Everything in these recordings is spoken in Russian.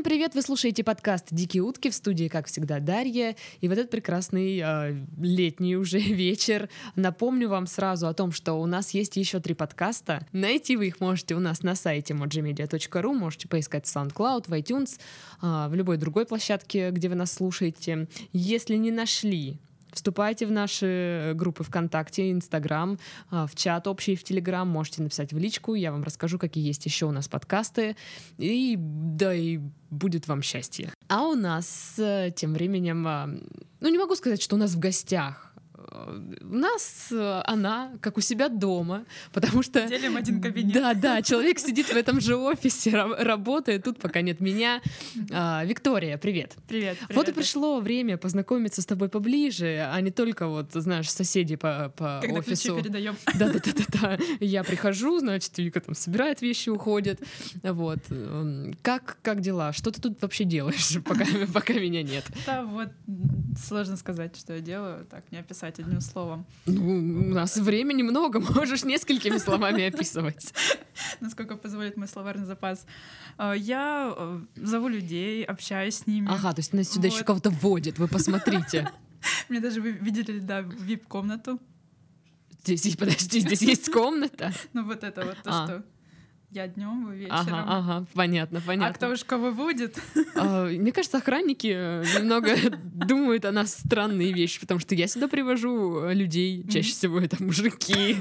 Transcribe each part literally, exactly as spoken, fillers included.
Всем привет! Вы слушаете подкаст «Дикие утки», в студии, как всегда, Дарья. И в этот прекрасный э, летний уже вечер напомню вам сразу о том, что у нас есть еще три подкаста. Найти вы их можете у нас на сайте моджимедиа точка ру, можете поискать в SoundCloud, в iTunes, э, в любой другой площадке, где вы нас слушаете. Если не нашли, вступайте в наши группы ВКонтакте, Инстаграм, в чат общий в Телеграм, можете написать в личку, я вам расскажу, какие есть еще у нас подкасты, и да, и будет вам счастье. А у нас тем временем, ну не могу сказать, что у нас в гостях, у нас она, как у себя дома, потому что... Делим один кабинет. Да, да, человек сидит в этом же офисе, работает, тут пока нет меня. А, Виктория, привет. Привет, привет. Вот и пришло время познакомиться с тобой поближе, а не только вот, знаешь, соседи по, по Когда офису. ключи передаем. Да-да-да-да. Я прихожу, значит, Вика там собирает вещи, уходит. Вот. Как, как дела? Что ты тут вообще делаешь, пока, пока меня нет? Да, вот сложно сказать, что я делаю, так не описать одним словом. Ну, у нас времени много, можешь несколькими словами описывать. Насколько позволит мой словарный запас. Я зову людей, общаюсь с ними. Ага, то есть нас сюда Вот. еще кого-то вводят, вы посмотрите. Мне даже вы видели, да, вип-комнату. Здесь, подожди, здесь есть комната? Ну вот это вот то, А. что я днем, вы вечером. Ага, ага, понятно, понятно. А кто уж кого будет? А, Мне кажется, охранники немного думают о нас странные вещи, потому что я сюда привожу людей, чаще Мгм. всего это мужики.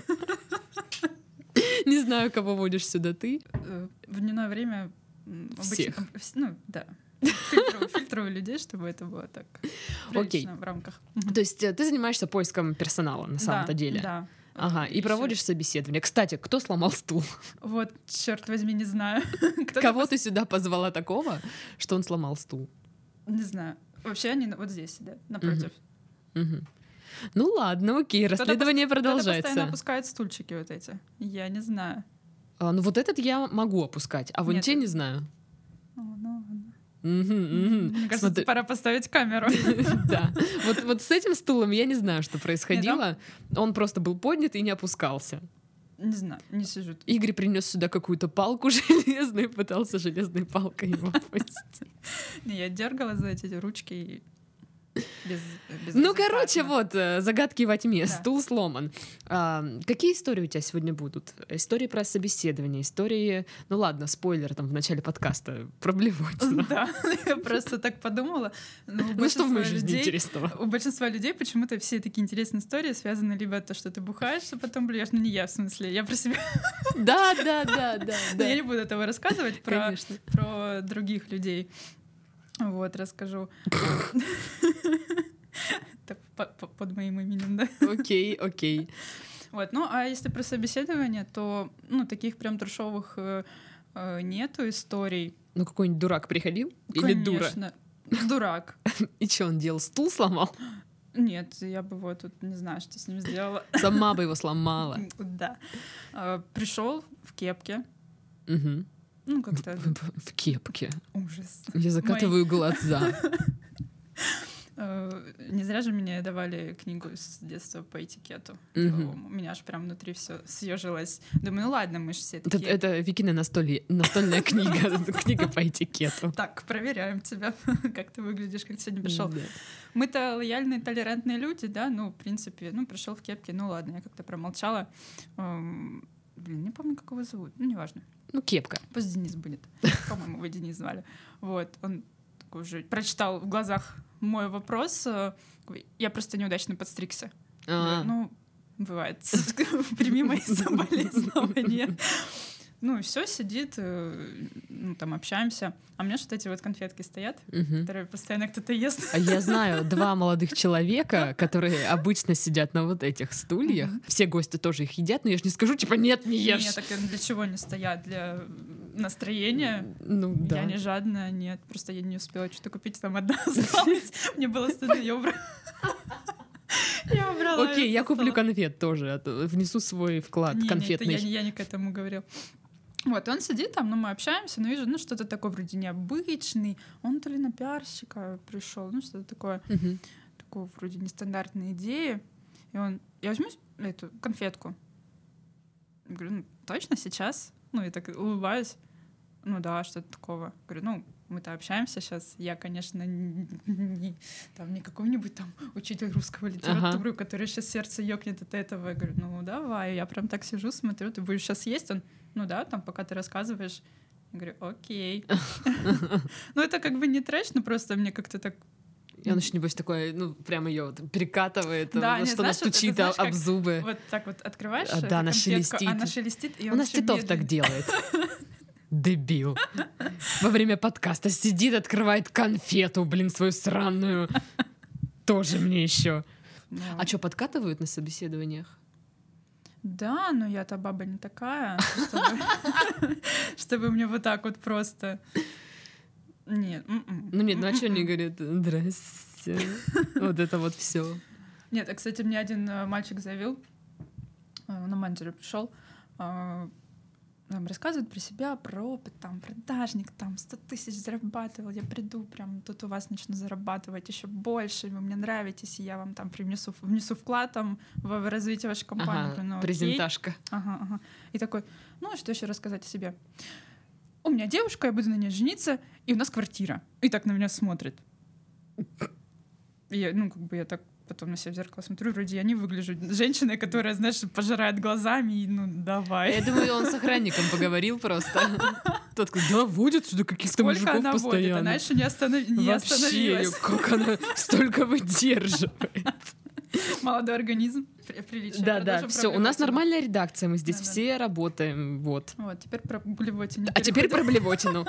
Не знаю, кого водишь сюда ты. Э, В дневное время м, Всех. обычно... вс- Ну, да. Фильтрую, фильтрую людей, чтобы это было так Окей. прилично в рамках. Мгм. То есть э, ты занимаешься поиском персонала на самом-то Да, деле. Да. Ага, и Ещё- проводишь собеседование. Кстати, кто сломал стул? Вот, черт возьми, не знаю. Кто-то Кого пос- ты сюда позвала такого, что он сломал стул? Не знаю. Вообще они на- вот здесь сидят, напротив. Мгм. Ну ладно, окей, Кто-то расследование пос- Кто-то постоянно продолжается. опускает стульчики вот эти. Я не знаю. А, ну вот этот я могу опускать, а вон Нет. те не знаю. О, ну ладно. Мгм, мгм. Мне кажется, Смотри- пора поставить камеру. Да. Вот, вот с этим стулом я не знаю, что происходило. Он просто был поднят и не опускался. Не знаю, не сижу. тут. Игорь принес сюда какую-то палку железную, пытался железной палкой его опустить. Не, я дергала за эти ручки и без, без Ну, короче, вот, э, загадки во тьме, Да. стул сломан. А, какие истории у тебя сегодня будут? Истории про собеседование, истории... Ну ладно, спойлер там в начале подкаста про блевотину. Да, я просто так подумала. Ну, у Ну что в моей большинства жизни людей- интересного? У большинства людей почему-то все такие интересные истории связаны либо то, что ты бухаешь, а потом блюешь. Ну, не я, в смысле. Я про себя. Да, да, да, да. Но я не буду этого рассказывать про, Конечно. про других людей. Вот, расскажу. Так, по- по- под моим именем, да. Окей, окей. Вот, ну, а если про собеседование, то, ну, таких прям трешовых э, э, нету историй. Ну, какой-нибудь дурак приходил? Или дура? Конечно. Дурак. И что он делал? Стул сломал? Нет, я бы вот тут не знаю, что с ним сделала. Сама бы его сломала. Да. Пришел в кепке. Мгм. Ну, как-то В, в- в кепке. ужас. Я закатываю глаза. Э, Не зря же мне давали книгу с детства по этикету. Мгм. деловому. У меня аж прям внутри все съежилось. Думаю, ну ладно, мы же все Это, такие. это Викина настолье- настольная книга. Книга по этикету. Так, проверяем тебя, как ты выглядишь, как ты сегодня пришел. Да. Мы-то лояльные, толерантные люди, да, ну, в принципе, ну, пришел в кепке, ну ладно, я как-то промолчала. Эм, Блин, не помню, как его зовут, ну, неважно. Ну, кепка. Пусть Денис будет. По-моему, его Денис звали. Вот, он такой уже прочитал в глазах мой вопрос. э, такой, Я просто неудачно подстригся. А. Говорю, ну, бывает. Прими мои соболезнования. Ну, и все, сидит, э, ну, там общаемся. А у меня что эти вот конфетки стоят, Мгм. которые постоянно кто-то ест. А я знаю два молодых человека, которые обычно сидят на вот этих стульях. Мгм. Все гости тоже их едят, но я же не скажу, типа, нет, не ешь. Нет, так для чего они стоят? Для настроения? Ну, да. Я не жадная, нет. Просто я не успела что-то купить, там одна осталась. Мне было стыдно, я убрала. Я убрала. Окей, её я со куплю стола. конфет тоже, а то внесу свой вклад Не, не, это конфетный. я, не- я не к этому говорил. Вот, он сидит там, ну, мы общаемся, но вижу, ну, что-то такое вроде необычный. Он то ли на пиарщика пришел, ну, что-то такое, Мгм. такое вроде нестандартные идеи. И он, я возьму эту конфетку. Я говорю, ну, точно сейчас? Ну, я так улыбаюсь. Ну да, что-то такого. Говорю, ну, мы-то общаемся сейчас. Я, конечно, не, не, там, не какой-нибудь там учитель русского литературы, ага. который сейчас сердце ёкнет от этого. Я говорю, ну давай. Я прям так сижу, смотрю, ты будешь сейчас есть? Он, ну да, там, пока ты рассказываешь. Я говорю, окей. Ну это как бы не трэш, но просто мне как-то так... И он еще, небось, такой, ну, прям ее перекатывает, да, что не, она знаешь, стучит это, знаешь, об зубы. Вот так вот открываешь а, да, она шелестит. Она шелестит. И у нас Титов медленно... так делает. Дебил. Во время подкаста сидит, открывает конфету, блин, свою сраную. Тоже мне еще. А что, подкатывают на собеседованиях? Да, но я-то баба не такая, чтобы мне вот так вот просто... Нет. Ну нет, ну а что они говорят? Здрасте. Вот это вот все. Нет, а, кстати, мне один мальчик заявил, на менеджера пришел, нам рассказывает про себя, про опыт, там, продажник, там, сто тысяч зарабатывал, я приду, прям тут у вас начну зарабатывать еще больше, вы мне нравитесь, и я вам там принесу, внесу вклад там, в развитие вашей компании. Ага, ну, презентажка. Ага, ага. И такой, ну, что еще рассказать о себе? У меня девушка, я буду на ней жениться, и у нас квартира. И так на меня смотрит. И я, ну, как бы я так потом на себя в зеркало смотрю, вроде я не выгляжу женщиной, которая, знаешь, пожирает глазами, и ну, давай. Я думаю, он с охранником поговорил просто. Тот такой, да, водит сюда каких-то мужиков постоянно. Сколько она водит? Она еще не, останов... не Вообще, остановилась. как она столько выдерживает. Молодой организм, приличие. Да, да, все, у нас нормальная редакция, мы здесь да, все да. работаем, вот. Вот, теперь про блевотину. А теперь про блевотину.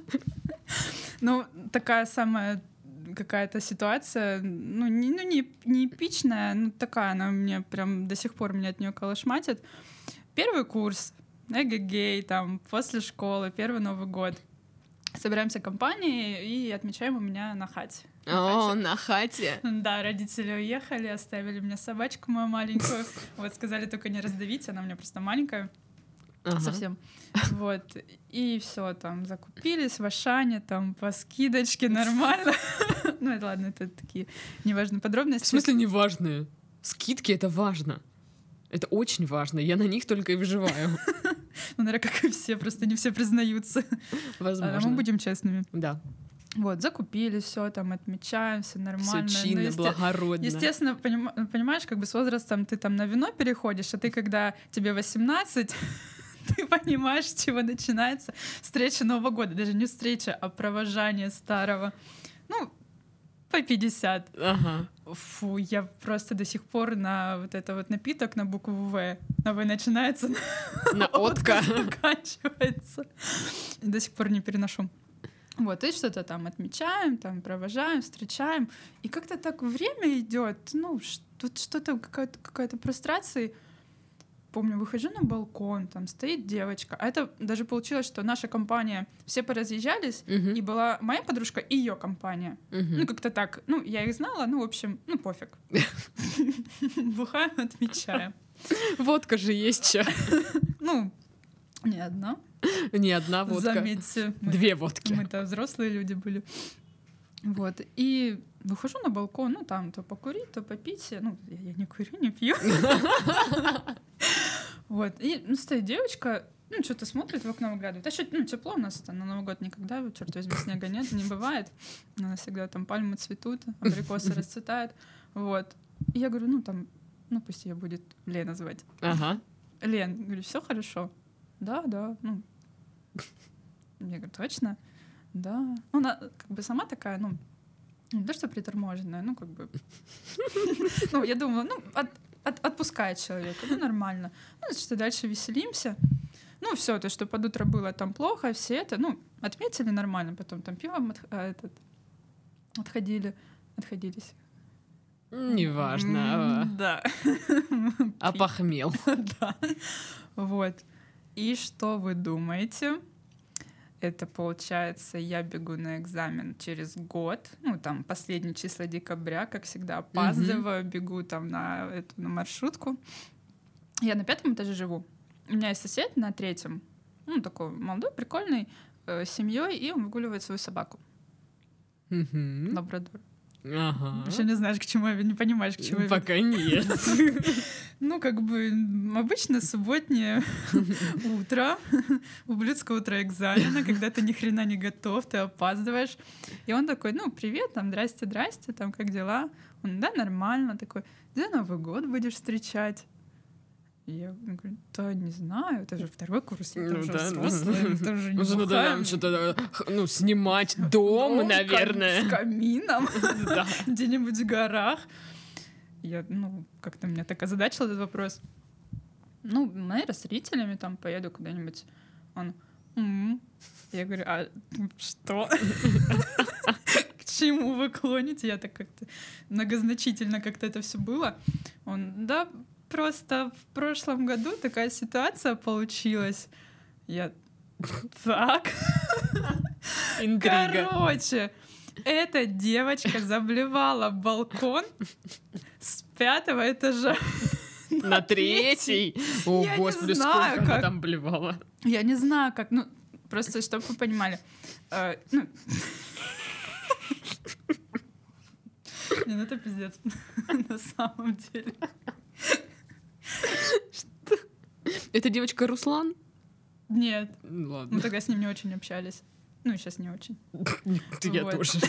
Ну, такая самая какая-то ситуация, ну, не, ну, не, не эпичная, ну, такая, она мне прям до сих пор меня от нее колошматит. Первый курс, эгегей, там, после школы, первый Новый год. Собираемся компанией и отмечаем у меня на хате. На О, хате. на хате? Да, родители уехали, оставили мне собачку мою маленькую. Вот, сказали, только не раздавить, она у меня просто маленькая. Ага. Совсем. Вот. И все, там, закупились в Ашане, там, по скидочке, нормально. Ну, это ладно, это такие неважные подробности. В смысле неважные? Скидки — это важно. Это очень важно. Я на них только и выживаю. Ну, наверное, как и все, просто не все признаются. Возможно. А мы будем честными. Да. Вот, закупили все, там, отмечаем, все нормально. Все чинно, ну, благородно. Естественно, поним, понимаешь, как бы с возрастом ты там на вино переходишь, а ты, когда тебе восемнадцать, ты понимаешь, с чего начинается встреча Нового года. Даже не встреча, а провожание старого. Ну, по пятьдесят. Ага. Фу, я просто до сих пор на вот это вот напиток на букву В. На В начинается, на отка заканчивается. До сих пор не переношу. Вот, и что-то там отмечаем, там провожаем, встречаем. И как-то так время идет, ну, тут что-то, какая-то, какая-то прострация. Помню, выхожу на балкон, там стоит девочка. А это даже получилось, что наша компания, все поразъезжались, uh-huh. и была моя подружка и ее компания. Uh-huh. Ну, как-то так. Ну, я их знала, ну, в общем, ну, пофиг. Бухаем, отмечаем. Водка же есть что. Ну, не одна. Не одна водка. Заметьте. Две водки. Мы-то взрослые люди были. Вот. И выхожу на балкон, ну, там то покурить, то попить. Ну, я не курю, не пью. Вот. И ну, стоит девочка, ну, что-то смотрит в окно, выглядывает. А что, ну, тепло у нас на Новый год никогда, черт возьми, снега нет, не бывает. У нас всегда там пальмы цветут, абрикосы расцветают. Вот. И я говорю, ну, там, ну, пусть ее будет Лена звать. Ага. Лен, говорю, все хорошо? Да, да, ну. Я говорю, точно? Да. Ну, она как бы сама такая, ну, не то, что приторможенная, ну, как бы... Ну, я думала, ну, от, от, отпускает человека, ну, нормально. Ну, что дальше веселимся. Ну, все, то, что под утро было там плохо, все это, ну, отметили нормально, потом там пивом от, а, этот, отходили, отходились. Неважно. Да. Опохмел. Да. Вот. И что вы думаете? Это, получается, я бегу на экзамен через год, ну, там, последние числа декабря, как всегда, опаздываю, mm-hmm. бегу там на эту на маршрутку. Я на пятом этаже живу. У меня есть сосед на третьем, ну, такой молодой, прикольный, э, с семьей, и он выгуливает свою собаку. Mm-hmm. Лабрадор. Ага. Еще не знаешь, к чему я, не понимаешь, к чему я. Пока нет. Ну, как бы, обычно субботнее утро, ублюдское утро экзамена, когда ты ни хрена не готов, ты опаздываешь. И он такой, ну, привет, там, здрасте, здрасте, там, как дела? Он, да, нормально, такой, где Новый год будешь встречать? И я говорю, да не знаю, это же второй курс, я Ну уже да. взрослая, это уже не Уже надо бухаем. нам что-то, ну, снимать дом, Дом наверное. С камином Да. где-нибудь в горах. Я, ну, как-то меня так озадачил этот вопрос. Ну, наверное, с родителями там поеду куда-нибудь. Он, «М». Я говорю, а что? К чему вы клоните? Я так как-то многозначительно как-то это все было. Он, да, просто в прошлом году такая ситуация получилась. Я, так. Интрига. Короче, эта девочка заблевала балкон с пятого этажа На третий? О, Я не господи, знаю, сколько она как. там блевала. Я не знаю, как, ну, просто чтобы вы понимали. э, ну, Не, ну это пиздец. На самом деле. Это девочка Руслан? Нет, Ну, мы Ладно. тогда с ним не очень общались. Ну, сейчас не очень. Я Вот. тоже.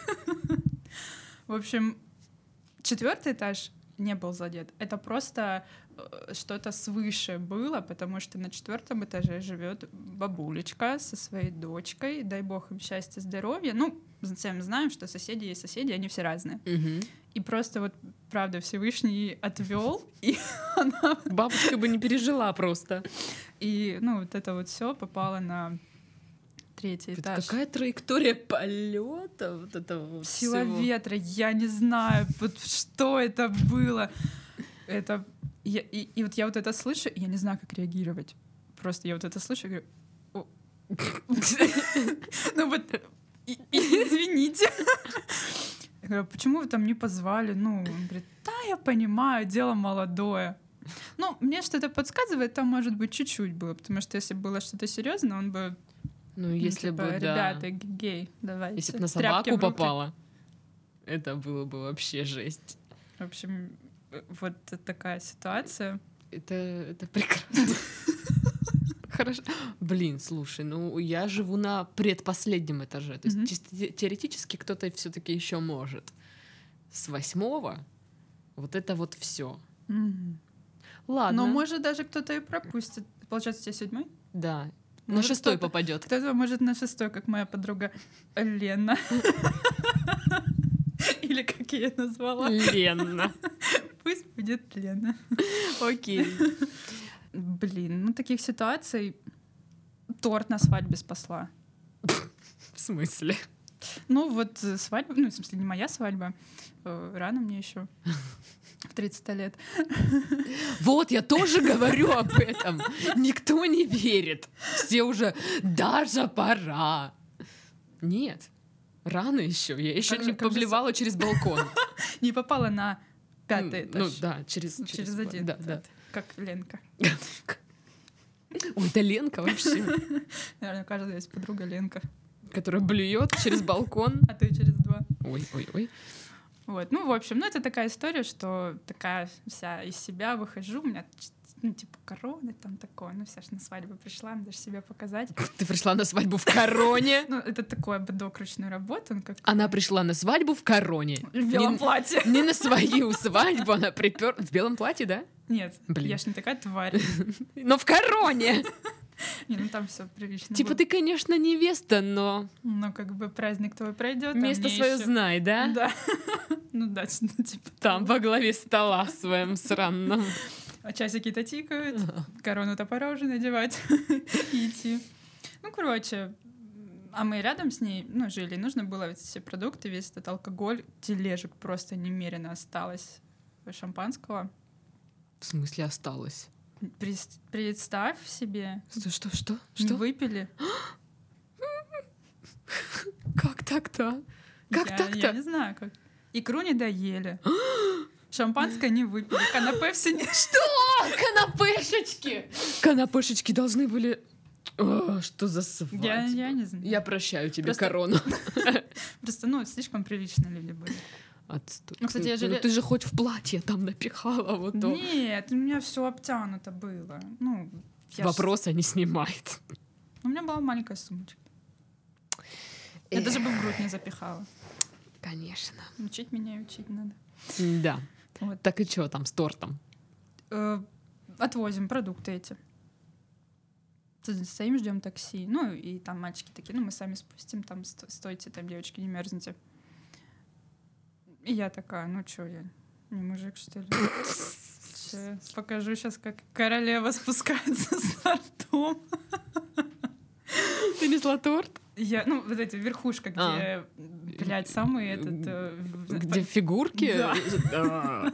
В общем, четвертый этаж не был задет. Это просто э, что-то свыше было, потому что на четвертом этаже живет бабулечка со своей дочкой. Дай бог им счастья, здоровья. Ну, всем знаем, что соседи есть соседи, они все разные. Мгм. И просто вот, правда, Всевышний отвел, и она... Бабушка бы не пережила просто. И, ну, вот это вот все попало на третий Это этаж. какая траектория полета вот этого вот Сила всего? ветра, я не знаю, вот что это было. Это я- и, и вот я вот это слышу, и я не знаю, как реагировать. Просто я вот это слышу и говорю, «О». ну вот, и- и извините. Я говорю, почему вы там не позвали? Ну, он говорит, да, я понимаю, дело молодое. Ну, мне что-то подсказывает, там, может быть, чуть-чуть было, потому что если было что-то серьезное, он бы, Ну, ну, если типа, бы, да. ребята, гей, давайте. Если бы на тряпки собаку в руки». попала, это было бы вообще жесть. В общем, э, вот такая ситуация. Это, это прекрасно. Хорошо. Блин, слушай, ну я живу на предпоследнем этаже. То есть Мгм. чисто те- теоретически кто-то все-таки еще может. С восьмого вот это вот все. Ладно. Но может даже кто-то и пропустит. Получается, тебе седьмой? Да. На Может, шестой кто-то- попадет. Кто-то может на шестой, как моя подруга Лена. Или как я ее назвала. Лена. Пусть будет Лена. Окей. Блин, ну таких ситуаций торт на свадьбе спасла. В смысле? Ну вот э, свадьба, ну в смысле не моя свадьба, э, рано мне еще в тридцать лет. Вот, я тоже говорю об этом. Никто не верит. Все уже, даже пора. Нет, рано еще. Я еще Как не же- как же поблевала через балкон. Не попала на пятый М, этаж. Ну да, через, Ну, через один. Да, да. Как Ленка. Ой, это Ленка вообще, Наверное, у каждого есть подруга Ленка. которая блюет через балкон. А ты через два. Ой, ой, ой. Вот. Ну, в общем, ну это такая история, что такая вся из себя выхожу. У меня, ну, типа, корона там такое. Ну, вся ж на свадьбу пришла, надо же себя показать. Ты пришла на свадьбу в короне. Ну, это такой ободок ручной работы. Он как Она пришла на свадьбу в короне. в белом Не- платье. Не на свою свадьбу, она припер... В белом платье, да? Нет, Блин. я ж не такая тварь. Но в короне. Не, ну там все прилично. Типа было. ты, конечно, невеста, но Ну, как бы праздник твой пройдет. место свое знай, да? Да. Ну да, ну, типа. Там во главе стола своем сраном. А часики-то тикают, корону-то пора уже надевать и идти. Ну, короче, а мы рядом с ней, ну, жили, нужно было ведь все продукты, весь этот алкоголь, тележек просто немерено осталось шампанского. В смысле осталось? Прес- Представь себе, Что, что, что? не Что? выпили. Как так-то? Как Я- так-то? Я не знаю, как. Икру не доели. Шампанское не выпили. Канапе все не... Канапешечки! Канапешечки должны были... О, что за свадьба? Я, я не знаю. Я прощаю тебе Просто- корону. Просто, ну, слишком приличные люди были. Отстой. Ну, кстати, я Ну, жалею- ты же хоть в платье там напихала вот то. Нет, у меня все обтянуто было. Ну, я ж- Вопросы не снимает. У меня была маленькая сумочка. Я даже бы в грудь не запихала. Конечно. Учить меня и учить надо. Да. Вот. Так и что там с тортом? Э, Отвозим продукты эти. Т- Стоим, ждем такси. Ну, и там мальчики такие, ну, мы сами спустим, там, сто- стойте, там, девочки, не мерзните. И я такая, ну, чё, я не мужик, что ли? Чё, покажу сейчас, как королева спускается с тортом. Ты несла торт? Я, ну, вот эти верхушка, где, А. блядь, самый этот... э, в- Где фигурки? Да. Да.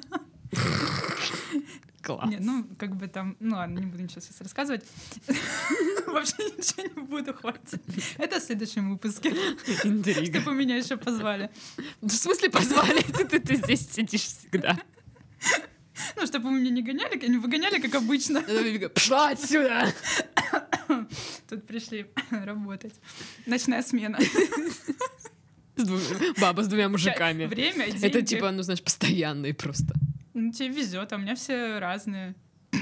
Класс. Не, ну, как бы там... Ну, ладно, не буду ничего сейчас рассказывать. Вообще ничего не буду, хватит. Это в следующем выпуске. Интрига. Чтобы меня еще позвали. В смысле позвали? Ты, ты, ты здесь сидишь всегда. Ну, чтобы вы меня не гоняли, не выгоняли, как обычно. Пошла отсюда! Тут пришли работать. Ночная смена. С двумя- Баба с двумя мужиками. Время, деньги. Это типа, ну, знаешь, постоянные просто. Ну, тебе везет, а у меня все разные.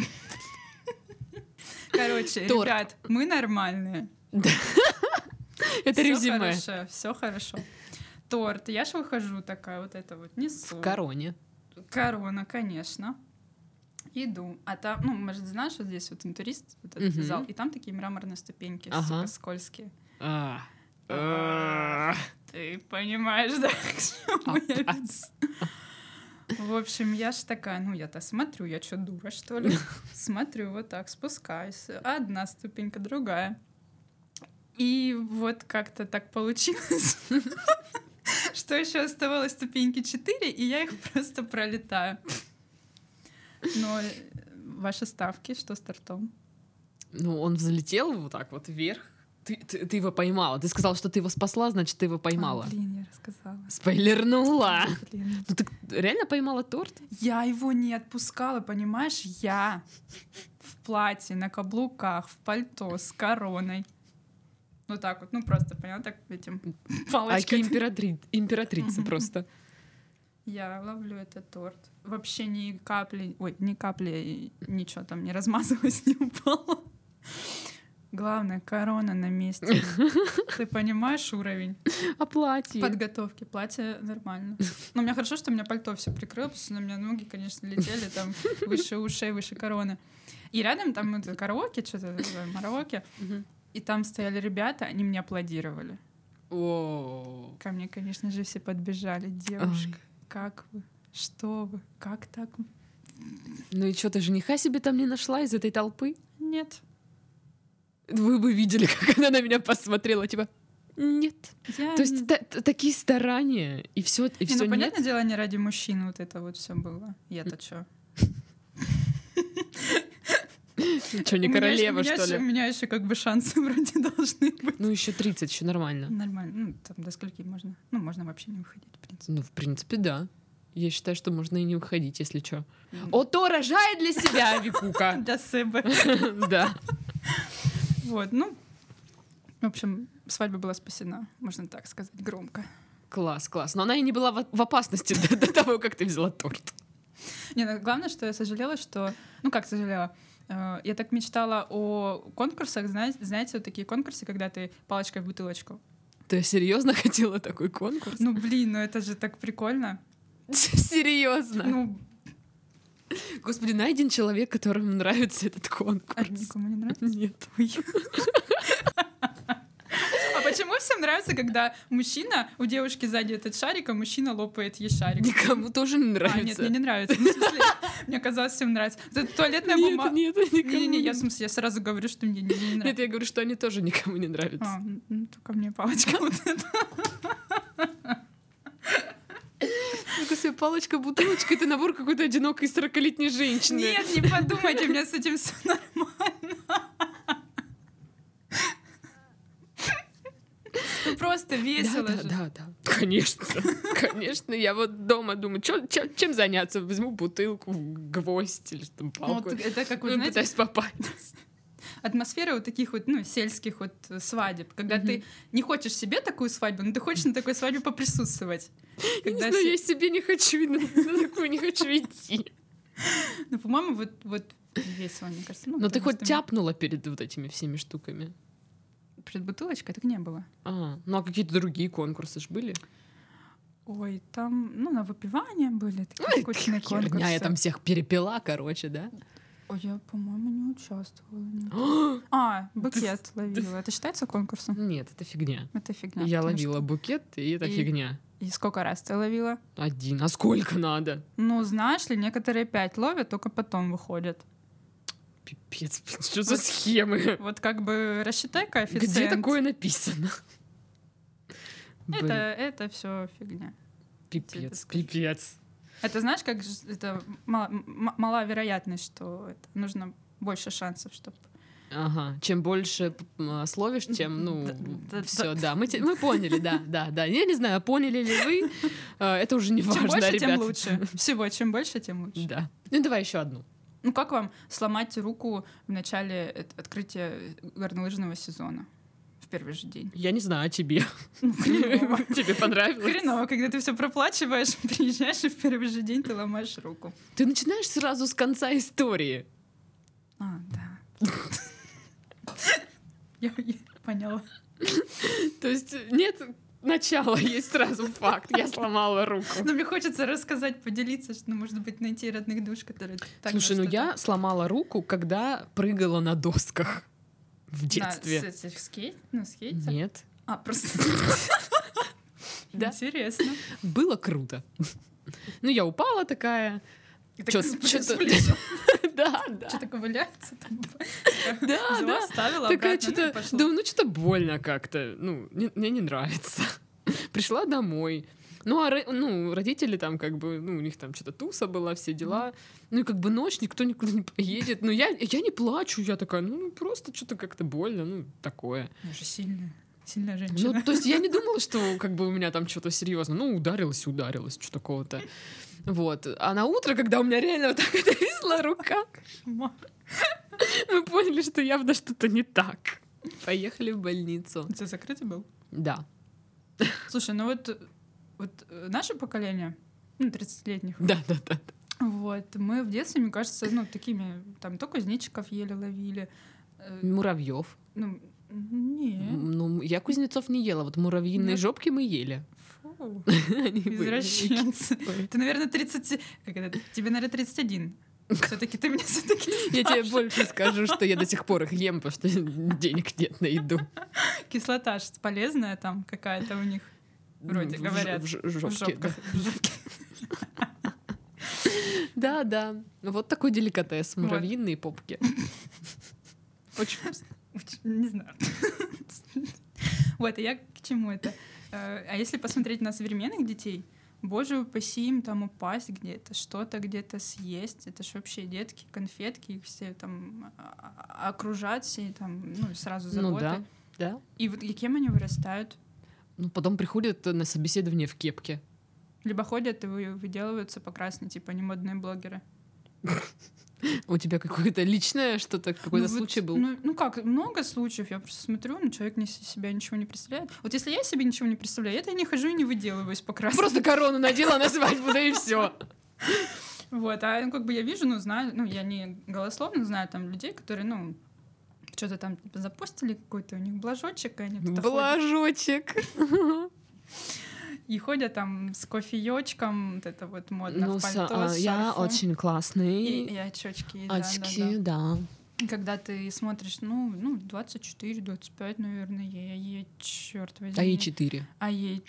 Короче, Торт. ребят, мы нормальные. Это Всё резюме. хорошо, все хорошо. Торт. Я ж выхожу такая, вот это вот несу. В короне. Корона, конечно. Иду. А там, ну, может, знаешь, вот здесь вот интурист, вот этот Мгм. зал, и там такие мраморные ступеньки, Ага. сука, скользкие. А. А. Ты понимаешь, да, к чему я веду? Опас. В общем, я ж такая, ну, я-то смотрю, я что, дура, что ли? Смотрю, вот так, спускаюсь. Одна ступенька, другая. И вот как-то так получилось, что еще оставалось ступеньки четыре, и я их просто пролетаю. Но э, ваши ставки, что с тортом? Ну, он взлетел вот так вот вверх. Ты, ты, ты его поймала. Ты сказала, что ты его спасла, значит, ты его поймала. А, блин, я рассказала. Спойлернула. Блин. Ну ты реально поймала торт? Я его не отпускала, понимаешь? Я в платье, на каблуках, в пальто, с короной. Ну так вот, ну просто, поняла, так этим Аки палочкой. императри... императрица Мгм. просто. Я ловлю этот торт. Вообще ни капли, ой, ни капли, ничего там не размазалось, не упало. Главное, корона на месте. Ты понимаешь уровень А платье? подготовки? Платье нормально. Но у меня хорошо, что у меня пальто все прикрыло, потому что на меня ноги, конечно, летели там выше ушей, выше короны. И рядом там это караоке, что-то называем, караоке. Мгм. И там стояли ребята, они мне аплодировали. О. Ко мне, конечно же, все подбежали. Девушка, как вы? Что вы? Как так? Ну и что, ты жениха себе там не нашла из этой толпы? Нет. Вы бы видели, как она на меня посмотрела, типа, нет. Я То есть не- та- та- такие старания, и все, и Не, все ну, нет. понятное дело, не ради мужчин вот это вот все было. Я-то что? Что, не королева, что У ли? меня еще как бы шансы вроде должны быть. Ну, еще тридцать, еще нормально. Нормально. Ну, там до скольки можно? Ну, можно вообще не выходить, в принципе. Ну, в принципе, да. Я считаю, что можно и не уходить, если что. Ото рожает для себя, Викука. Для себя. Да. Вот, ну, в общем, свадьба была спасена, можно так сказать, громко. Класс, класс. Но она и не была в в опасности до до того, как ты взяла торт. Не, ну, главное, что я сожалела, что... Ну, как сожалела? Э, Я так мечтала о конкурсах, знаете, знаете, вот такие конкурсы, когда ты палочкой в бутылочку. Ты серьезно хотела такой конкурс? Ну, блин, ну это же так прикольно. Серьезно? Ну, Господи, найден человек, которому нравится этот а конкурс. никому не нравится? Нет. Ой. А почему всем нравится, когда мужчина, у девушки сзади этот шарик, а мужчина лопает ей шарик? Никому тоже не А, нет, нравится. мне не нравится. Ну, в смысле, мне казалось, всем нравится. Это туалетная Нет, бумага. нет, никому Не-не-не, не я, в смысле, я сразу говорю, что мне не, не Нет, нравится. я говорю, что они тоже никому не нравятся. А, ну, только мне палочка вот эта. Ну-ка себе палочка, бутылочка, это набор какой-то одинокой сорокалетней женщины. Нет, не подумайте, у меня с этим все нормально. Ну, просто весело да, же. да, да, да. Конечно, конечно. Я вот дома думаю, чё- чё- чем заняться? Возьму бутылку, гвоздь или что там, Ну, палку. вот это как вы Ну, знаете, пытаюсь попасть. атмосфера вот таких вот, ну, сельских вот свадеб, когда Мгм. ты не хочешь себе такую свадьбу, но ты хочешь на такой свадьбе поприсутствовать. Я не Когда знаю, се- я себе не хочу, на, на такую не хочу идти. Ну, по-моему, вот, вот весело, мне кажется. Ну, Но ты потому хоть что тяпнула перед вот этими всеми штуками? перед бутылочкой так не было. А, ну а какие-то другие конкурсы ж были? Ой, там, ну, на выпивание были такие Ой, скучные конкурсы. Херня, я там всех перепила, короче, да? Ой, я, по-моему, не участвовала. нет. А, букет ловила. Это считается конкурсом? Нет, это фигня. Это фигня. Я потому ловила что- букет, и это И- фигня. И сколько раз ты ловила? Один. А сколько надо? Ну, знаешь ли, некоторые пять ловят, только потом выходят. Пипец, блин, что за схемы? Вот как бы рассчитай коэффициент. Где такое написано? Это, Блин, это все фигня. пипец, скажу. пипец. Это знаешь, как же это мала, м- мала вероятность, что это нужно больше шансов, чтобы. Ага, чем больше м, словишь, тем, ну, Да, да, все, да, мы, те- мы поняли, да, да, да. Я не знаю, поняли ли вы, э, это уже не Чем важно, больше, ребят. тем лучше. Всего, чем больше, тем лучше. Да. Ну, давай еще одну. Ну, как вам сломать руку в начале э- открытия горнолыжного сезона? В первый же день. Я не знаю, а тебе? Ну, хреново. Тебе понравилось? Хреново, когда ты все проплачиваешь, приезжаешь, и в первый же день ты ломаешь руку. Ты начинаешь сразу с конца истории. А, да. Я я поняла. То есть нет начала, есть сразу факт. Я сломала руку. Но мне хочется рассказать, поделиться, что, ну, может быть, найти родных душ, которые... так Слушай, ну что-то- я сломала руку, когда прыгала на досках в На- детстве. с этих скейт? Ну, скейтер? Нет. А, просто... Да. Интересно. Было круто. Ну, я упала такая. И Чё- так чё-то- с плечом Да, да. что-то ковыляется там. Да, Взяла, да. вставила, Такая обратно, ну, что-то, пошла. да, ну что-то больно как-то, ну, не- мне не нравится. Пришла домой. Ну, а ро- ну, родители там как бы, ну, у них там что-то туса была, все дела. Ну, и как бы ночь, никто никуда не поедет. Ну, я, я не плачу, я такая, ну, просто что-то как-то больно, ну, такое. Я же сильная. Сильная женщина. Ну, то есть я не думала, что как бы у меня там что-то серьезно. Ну, ударилась, ударилась, что такого-то. Вот. А на утро, когда у меня реально вот так отвисла рука, Ма. мы поняли, что явно что-то не так. Поехали в больницу. У тебя закрытый был? Да. Слушай, ну вот, вот э, наше поколение, ну, тридцатилетних, Да, да, да. вот, мы в детстве, мне кажется, ну, такими, там, то кузнечиков еле ловили. э, Муравьев. Ну, не. Ну, я кузнецов не ела. Вот муравьиные Нет. жопки мы ели. Фу, Они были. извращенцы. Ой. Ты, наверное, тридцать... Как это? Тебе, наверное, тридцать один. Все-таки ты меня все-таки Я тебе больше скажу, что я до сих пор их ем, потому что денег нет на еду. Кислота ж полезная там какая-то у них. Вроде В ж- говорят. В ж- В жопке, да. жопках. В жопке. Да, да. Вот такой деликатес. Вот. Муравьиные попки. Очень вкусно. Не знаю. Вот, и я к чему это? Э, А если посмотреть на современных детей, боже упаси им там упасть где-то, что-то где-то съесть. Это ж вообще детки, конфетки, их все там а- а- окружат, все там, ну, сразу Ну заботы. да, да. И вот и кем они вырастают? Ну, потом приходят на собеседование в кепке. Либо ходят и вы- выделываются по красной, типа они модные блогеры. У тебя какое-то личное что-то, какой-то Ну вот, случай был? Ну, ну как, много случаев. Я просто смотрю, ну, человек не, себя ничего не представляет. Вот если я себе ничего не представляю, это я не хожу и не выделываюсь по красной. Просто корону надела на свадьбу, да и все. Вот, а ну, как бы я вижу, ну, знаю, ну, я не голословно знаю там людей, которые, ну, что-то там типа, запостили, какой-то у них блажочек, и они тут ходят. Блажочек. И ходят там с кофеечком, вот это вот модно, Ну, в с- пальто, а, с я шарфом. очень классный. И, и очечки, да, Очки, да, да. да. И когда ты смотришь, ну, ну, двадцать четыре двадцать пять, наверное, ей, ей, черт возьми. А ей четыре. А ей...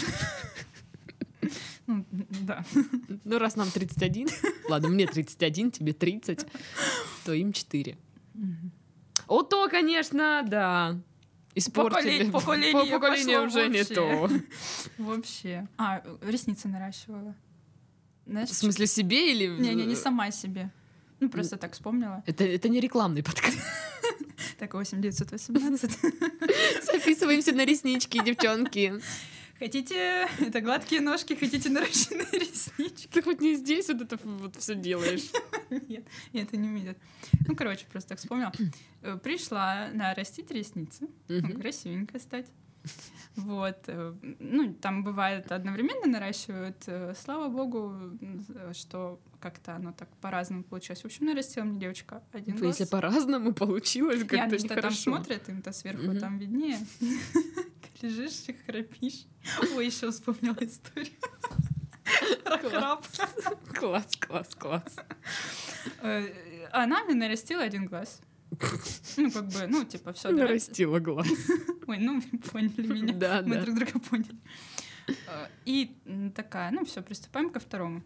Ну, да. Ну, раз нам тридцать один, ладно, мне тридцать один, тебе тридцать, то им четыре. О, то, конечно, да. Испортили. Поколе- поколение По- поколение пошло уже не вообще. то. Вообще. А, ресницы наращивала. Знаешь, В смысле, себе или... Не-не, не сама себе. Ну, просто так вспомнила. Это, это не рекламный подкаст. Так, восемь девятьсот восемнадцать. Записываемся на реснички, девчонки. Хотите это гладкие ножки, хотите наращенные реснички? Ты хоть не здесь вот это вот все делаешь? Нет, это не умеет. Ну, короче, просто так вспомнила. Пришла нарастить ресницы, ну, красивенько стать. Вот. Ну, там бывает одновременно наращивают. Слава богу, что как-то оно так по-разному получилось. В общем, нарастила мне девочка один глаз. Если по-разному получилось, как-то нехорошо. нехорошо. Там смотрят, им-то сверху там виднее. Ты лежишь и храпишь. Ой, еще вспомнила историю. Про храп. Класс, класс, класс. Она мне нарастила один глаз. Ну, как бы, ну, типа, все. Нарастила глаз. Ой, ну, вы поняли меня. Да, Мы да. друг друга поняли. И такая, ну, все, приступаем ко второму.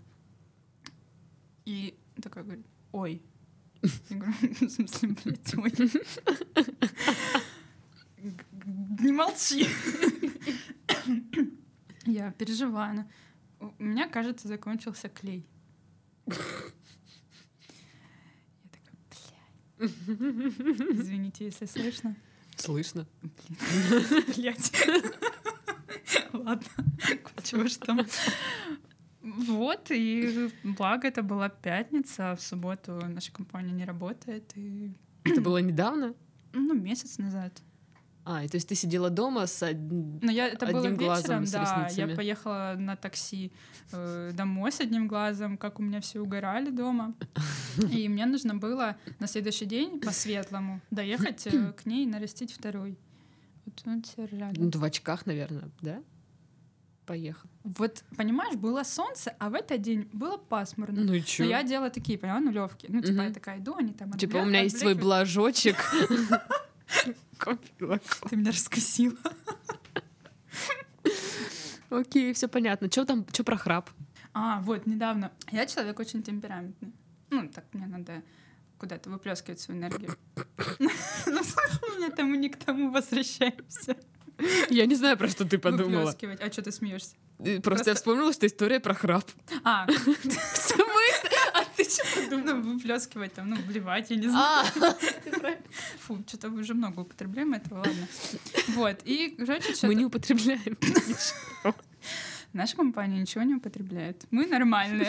И такая говорит, ой. Я говорю, в смысле, блядь, ой. Не молчи. Я переживаю. У меня, кажется, закончился клей. Я такая, блядь. Извините, если слышно. Слышно. Блядь. Ладно, чего ж там. Вот, и благо это была пятница, а в субботу наша компания не работает. И... Это было недавно? Ну, месяц назад. А, и то есть ты сидела дома с од... Но я, это одним было глазом, вечером, с да. ресницами. Я поехала на такси э, домой с одним глазом, как у меня все угорали дома. И мне нужно было на следующий день по-светлому доехать э, к ней и нарастить второй. Вот он теперь рядом. Ну, ты в очках, наверное, да? Поехал. Вот, понимаешь, было солнце, а в этот день было пасмурно. Ну и чё? Но я делала такие, поняла, нулевки. Ну, типа, Мгм. я такая иду, они там Типа, отбля- у меня есть свой отблекивают. блажочек. Купила. Ты меня раскусила. Окей, все понятно. Что там, что про храп? А, вот, недавно. Я человек очень темпераментный. Ну, так мне надо куда-то выплескивать свою энергию. Ну, в смысле, мы к тому, не к тому возвращаемся. Я не знаю, про что ты подумала. Выплескивать. А что ты смеешься? Просто, Просто- я вспомнила, что история про храп. А, В смысле? А ты что подумала? ну, выплескивать там, ну, вливать, я не знаю. А, ты правильно. Фу, что-то уже много употребляем этого, ладно. Вот, и, короче, Мы что-то... не употребляем. Наша компания ничего не употребляет. Мы нормальные.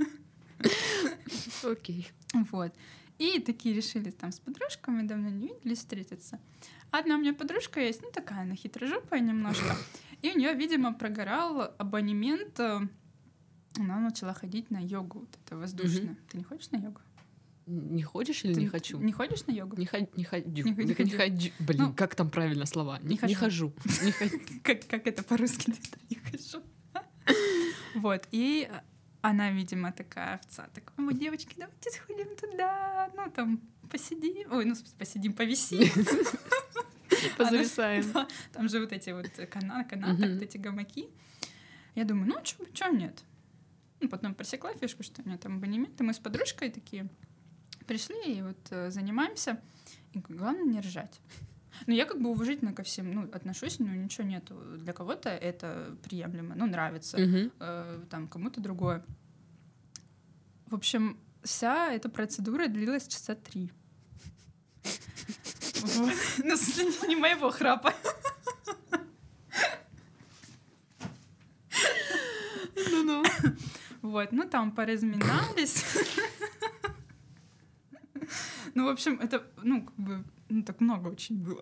Окей. Вот. И такие решили там с подружками, давно не виделись, встретиться. Одна у меня подружка есть, ну такая, она хитрожопая немножко. И у нее, видимо, прогорал абонемент. э, Она начала ходить на йогу, вот это воздушное. Мгм. Ты не ходишь на йогу? Не ходишь или Ты не хочу? Не ходишь на йогу? Не ходю. Не ходю. Не ходи- Не ходи. ходю. Блин, Ну, как там правильно слова? не Не хожу. не хожу. Не хожу. Как, как это по-русски? Не хожу. Вот. И она, видимо, такая овца. Такая, ой, девочки, давайте сходим туда. Ну, там, посидим. Ой, ну, в смысле, посидим, повисим. Позависаем. Да, там же вот эти вот кана- канаты, Мгм. вот эти гамаки. Я думаю, ну, чё нет? Ну, потом просекла фишку, что у меня там абонемент. И мы с подружкой такие пришли и вот э, занимаемся. И говорю, главное не ржать. Ну, я как бы уважительно ко всем ну, отношусь, но ничего нету. Для кого-то это приемлемо, ну, нравится. Мгм. Э, там, кому-то другое. В общем, вся эта процедура длилась часа три. Вот. Ну, в смысле, не моего храпа. Ну-ну. Вот, ну там поразминались. Ну, в общем, это, ну, как бы, ну, так много очень было.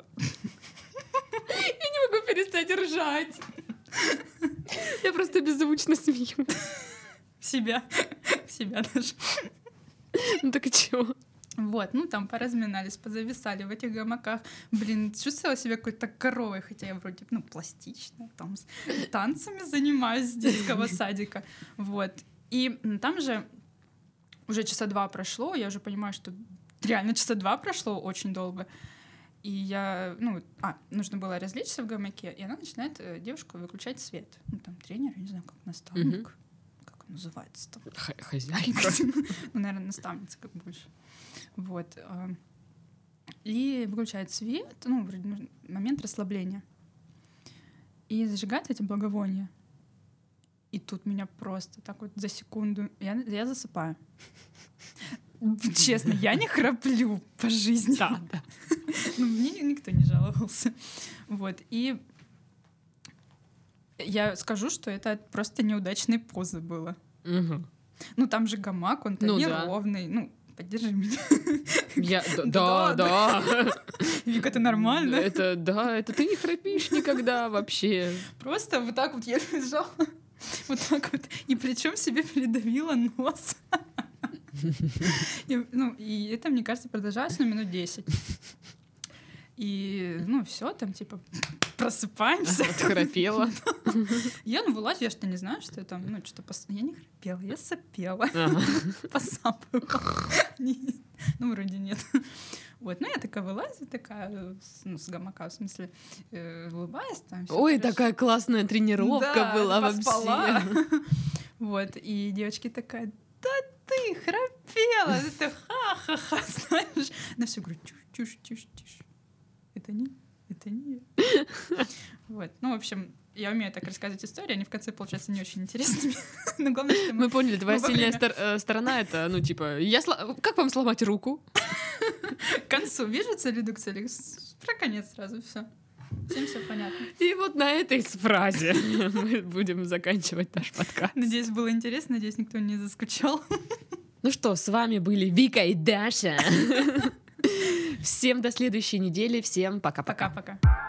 Я не могу перестать ржать. Я просто беззвучно смеюсь. В себя. В себя даже. Ну так и чего? Вот, ну там поразминались, позависали в этих гамаках. Блин, чувствовала себя какой-то коровой, хотя я вроде, ну, пластичная, там с танцами занимаюсь с детского садика. Вот. И там же уже часа два прошло, я уже понимаю, что реально часа два прошло очень долго. И я, ну, а, нужно было развлечься в гамаке, и она начинает, э, девушка, выключать свет. Ну, там тренер, я не знаю, как наставник. Мгм. Как он называется там? Х- Хозяйка. Ну, наверное, наставница как больше. Вот. а. И выключает свет, ну, вроде нужен момент расслабления. И зажигает эти благовония. И тут меня просто так вот за секунду... Я, я засыпаю. Честно, я не храплю по жизни. Да, да. Ну, мне никто не жаловался. Вот. И Я скажу, что это просто неудачные позы было. Угу. Ну, там же гамак, он-то Ну, неровный. Да. Ну, поддержи меня. Я... Да, да. Вика, это нормально? Это, да, это ты не храпишь никогда вообще. Просто вот так вот я лежала, вот так вот, и плечом себе передавила нос. И, ну, и это, мне кажется, продолжалось, ну, минут десять. И, ну, все, там, типа, просыпаемся. Отхрапела. Я, ну, вылазю, я что не знаю, что я там, ну, что-то... Пос... Я не храпела, я сопела. Ага. Посапывала. Ну, вроде нет. Вот, ну, я такая вылазю, такая, ну, с гамака, в смысле, э, улыбаясь там. Ой, хорошо. такая классная тренировка Да, была поспала. вообще. Вот, и девочки такая, да ты храпела, это ха-ха-ха, знаешь. На все говорю, тише, тише, тише, тише. Это не, это не. Вот, ну, в общем, я умею так рассказывать истории, они в конце получаются не очень интересными. Но главное, что мы... Мы поняли, твоя мы сильная время... стор- э, сторона — это, ну, типа, я сло... как вам сломать руку? К концу движется ли к цели? Про конец сразу все. Всем все понятно. И вот на этой фразе мы будем заканчивать наш подкаст. Надеюсь, было интересно, надеюсь, никто не заскучал. Ну что, с вами были Вика и Даша. Всем до следующей недели, всем пока-пока. Пока-пока.